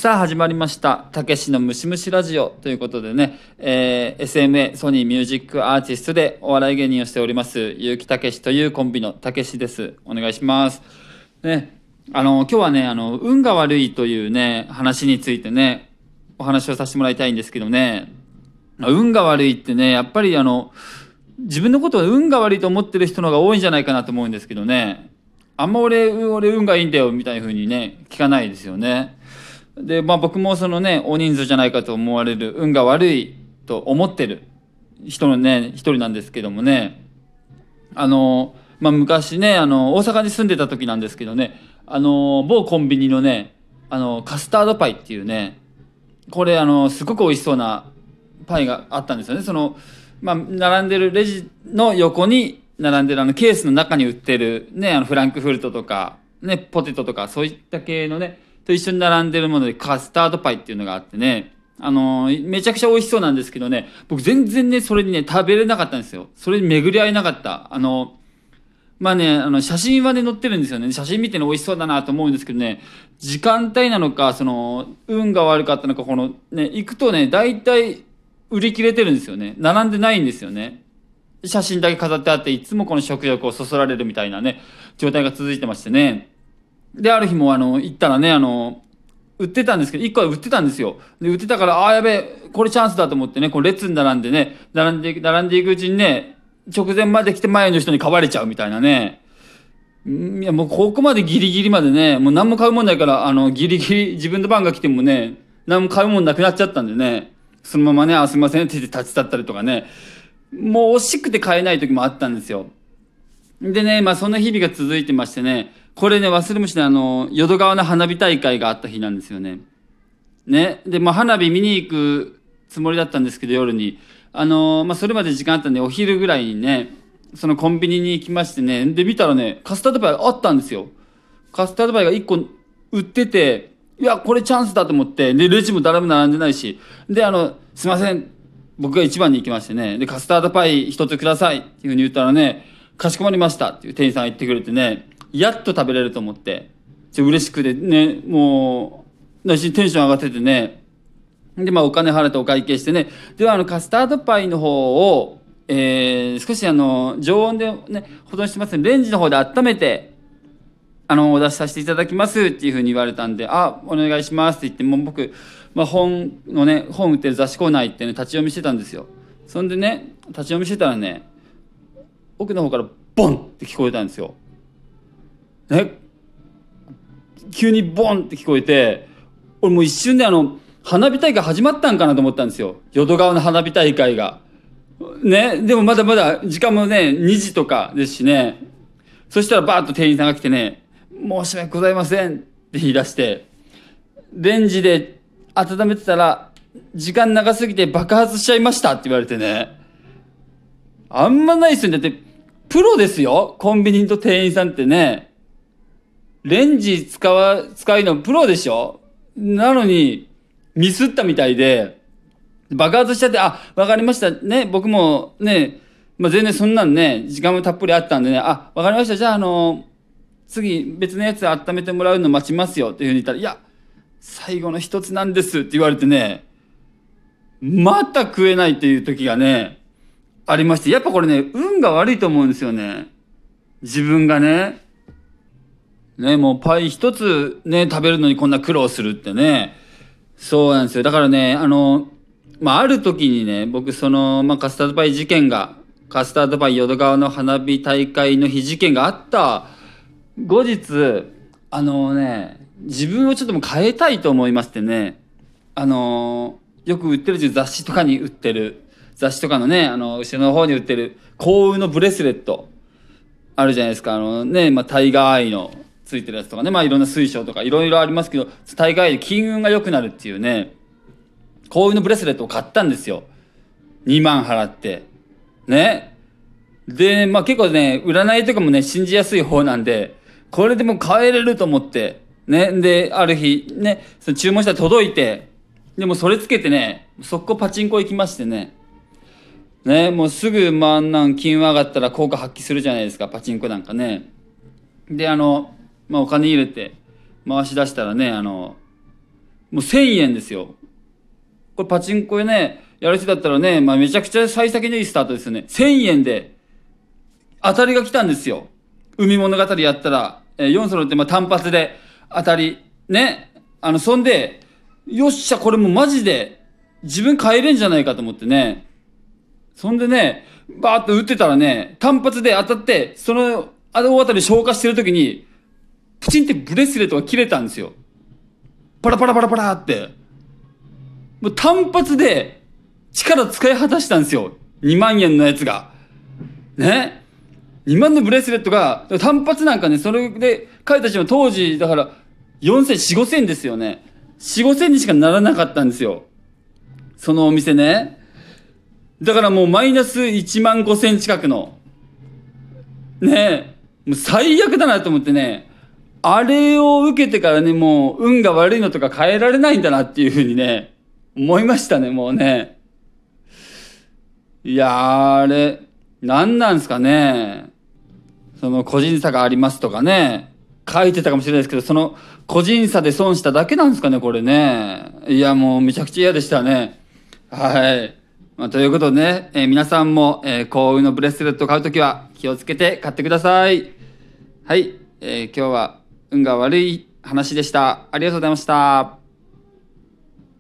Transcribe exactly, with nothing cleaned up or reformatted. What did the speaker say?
さあ始まりましたたけしのムシムシラジオということでね、えー、エスエムエー ソニーミュージックアーティストでお笑い芸人をしております結城たけしというコンビのたけしです。お願いしますね。あの今日はねあの運が悪いというね話についてねお話をさせてもらいたいんですけどね、運が悪いってねやっぱりあの自分のことを運が悪いと思ってる人の方が多いんじゃないかなと思うんですけどね、あんま俺俺運がいいんだよみたいな風にね聞かないですよね。で、まあ、僕もそのね大人数じゃないかと思われる運が悪いと思ってる人のね一人なんですけどもね、あの、まあ、昔ねあの大阪に住んでた時なんですけどね、あの某コンビニのねあのカスタードパイっていうね、これあのすごく美味しそうなパイがあったんですよね。その、まあ、並んでるレジの横に並んでるあのケースの中に売ってるねあのフランクフルトとかねポテトとかそういった系のねと一緒に並んでるものでカスタードパイっていうのがあってね、あのー、めちゃくちゃ美味しそうなんですけどね、僕全然ねそれにね食べれなかったんですよ。それに巡り合えなかった。あのまあねあの写真はね載ってるんですよね。写真見てね美味しそうだなと思うんですけどね、時間帯なのかその運が悪かったのか、このね行くとね大体売り切れてるんですよね。並んでないんですよね。写真だけ飾ってあっていつもこの食欲をそそられるみたいなね状態が続いてましてね。である日もあの行ったらねあの売ってたんですけどいっこは売ってたんですよ。で売ってたからああやべえこれチャンスだと思ってねこう列に並んでね並んで並んでいくうちにね直前まで来て前の人に買われちゃうみたいなね。いやもうここまでギリギリまでねもう何も買うもんないからあのギリギリ自分の番が来てもね何も買うもんなくなっちゃったんでね、そのままねあすいませんって言って立ち去ったりとかね、もう惜しくて買えない時もあったんですよ。でねまあそんな日々が続いてましてね、これね忘れもしないあの淀川の花火大会があった日なんですよね。ねでまあ花火見に行くつもりだったんですけど夜にあのまあそれまで時間あったんでお昼ぐらいにねそのコンビニに行きましてね、で見たらねカスタードパイあったんですよ。カスタードパイがいっこ売ってて、いやこれチャンスだと思って、でレジも誰も並んでないし、であのすいません僕が一番に行きましてね、でカスタードパイ一つくださいっていうふうに言ったらね、かしこまりましたっていう店員さんが言ってくれてね、やっと食べれると思ってちょ嬉しくてねもうテンション上がっててね、でまあお金払ってお会計してね、ではあのカスタードパイの方を、えー、少しあの常温でね保存してますのでレンジの方で温めてあのお出しさせていただきますっていうふうに言われたんで、あお願いしますって言って、もう僕、まあ、本のね本売ってる雑誌コーナー行ってね立ち読みしてたんですよ。そんでね立ち読みしてたらね奥の方からボンって聞こえたんですよ。ね急にボンって聞こえて、俺もう一瞬であの花火大会始まったんかなと思ったんですよ。淀川の花火大会がね。でもまだまだ時間もねにじとかですしね。そしたらバーッと店員さんが来てね、申し訳ございませんって言い出して、レンジで温めてたら時間長すぎて爆発しちゃいましたって言われてね、あんまないっすよね。だってプロですよコンビニと店員さんってね。レンジ使わ使うのプロでしょ。なのにミスったみたいで爆発しちゃって、あわかりましたね僕もね、まあ、全然そんなんね時間もたっぷりあったんでね、あわかりましたじゃああの次別のやつ温めてもらうの待ちますよっていうふうに言ったら、いや最後の一つなんですって言われてね、また食えないっていう時がねありまして、やっぱこれね運が悪いと思うんですよね。自分がねねもうパイ一つね食べるのにこんな苦労するってね。そうなんですよ。だからねあのまあある時にね僕その、まあ、カスタードパイ事件がカスタードパイ淀川の花火大会の日事件があった後日あのね自分をちょっともう変えたいと思いましてね、あのよく売ってる雑誌とかに売ってる雑誌とかのねあの後ろの方に売ってる幸運のブレスレットあるじゃないですか。あのね、まあ、タイガーアイのついてるやつとかね、まあいろんな水晶とかいろいろありますけど、タイガーアイで金運が良くなるっていうね幸運のブレスレットを買ったんですよ。にまん払ってね。でまあ結構ね占いとかもね信じやすい方なんでこれでも買えれると思ってね、である日ねその注文したら届いて、でもそれつけてね速攻パチンコ行きましてねねもうすぐまあなん金運上がったら効果発揮するじゃないですかパチンコなんかね。であの、まあ、お金入れて回し出したらねあのもうせんえんですよ。これパチンコでね、やる人だったらね、まあめちゃくちゃ幸先のいいスタートですよね。せんえんで当たりが来たんですよ。海物語やったら、えー、よんソロってまあ単発で当たり、ね。あの、そんで、よっしゃ、これもうマジで自分買えれんじゃないかと思ってね。そんでね、バーッと打ってたらね、単発で当たって、その、あの大当たり消化してる時に、プチンってブレスレットが切れたんですよ。パラパラパラパラって。もう単発で力使い果たしたんですよ。にまんえんのやつが。ね。にまんのブレスレットが、単発なんかね、それで書いた人も当時、だからよんせん、よん、ごせんですよね。よん、ごせんにしかならなかったんですよ。そのお店ね。だからもうマイナスいちまんごせん近くの。ねえ。もう最悪だなと思ってね。あれを受けてからね、もう運が悪いのとか変えられないんだなっていうふうにね、思いましたね、もうね。いやー、あれ、何なんすかね。その個人差がありますとかね、書いてたかもしれないですけど、その個人差で損しただけなんですかね、これね。いや、もうめちゃくちゃ嫌でしたね。はい。まあ、ということでね、えー皆さんも、えー幸運のブレスレットを買うときは気をつけて買ってください。はい。えー今日は運が悪い話でした。ありがとうございました。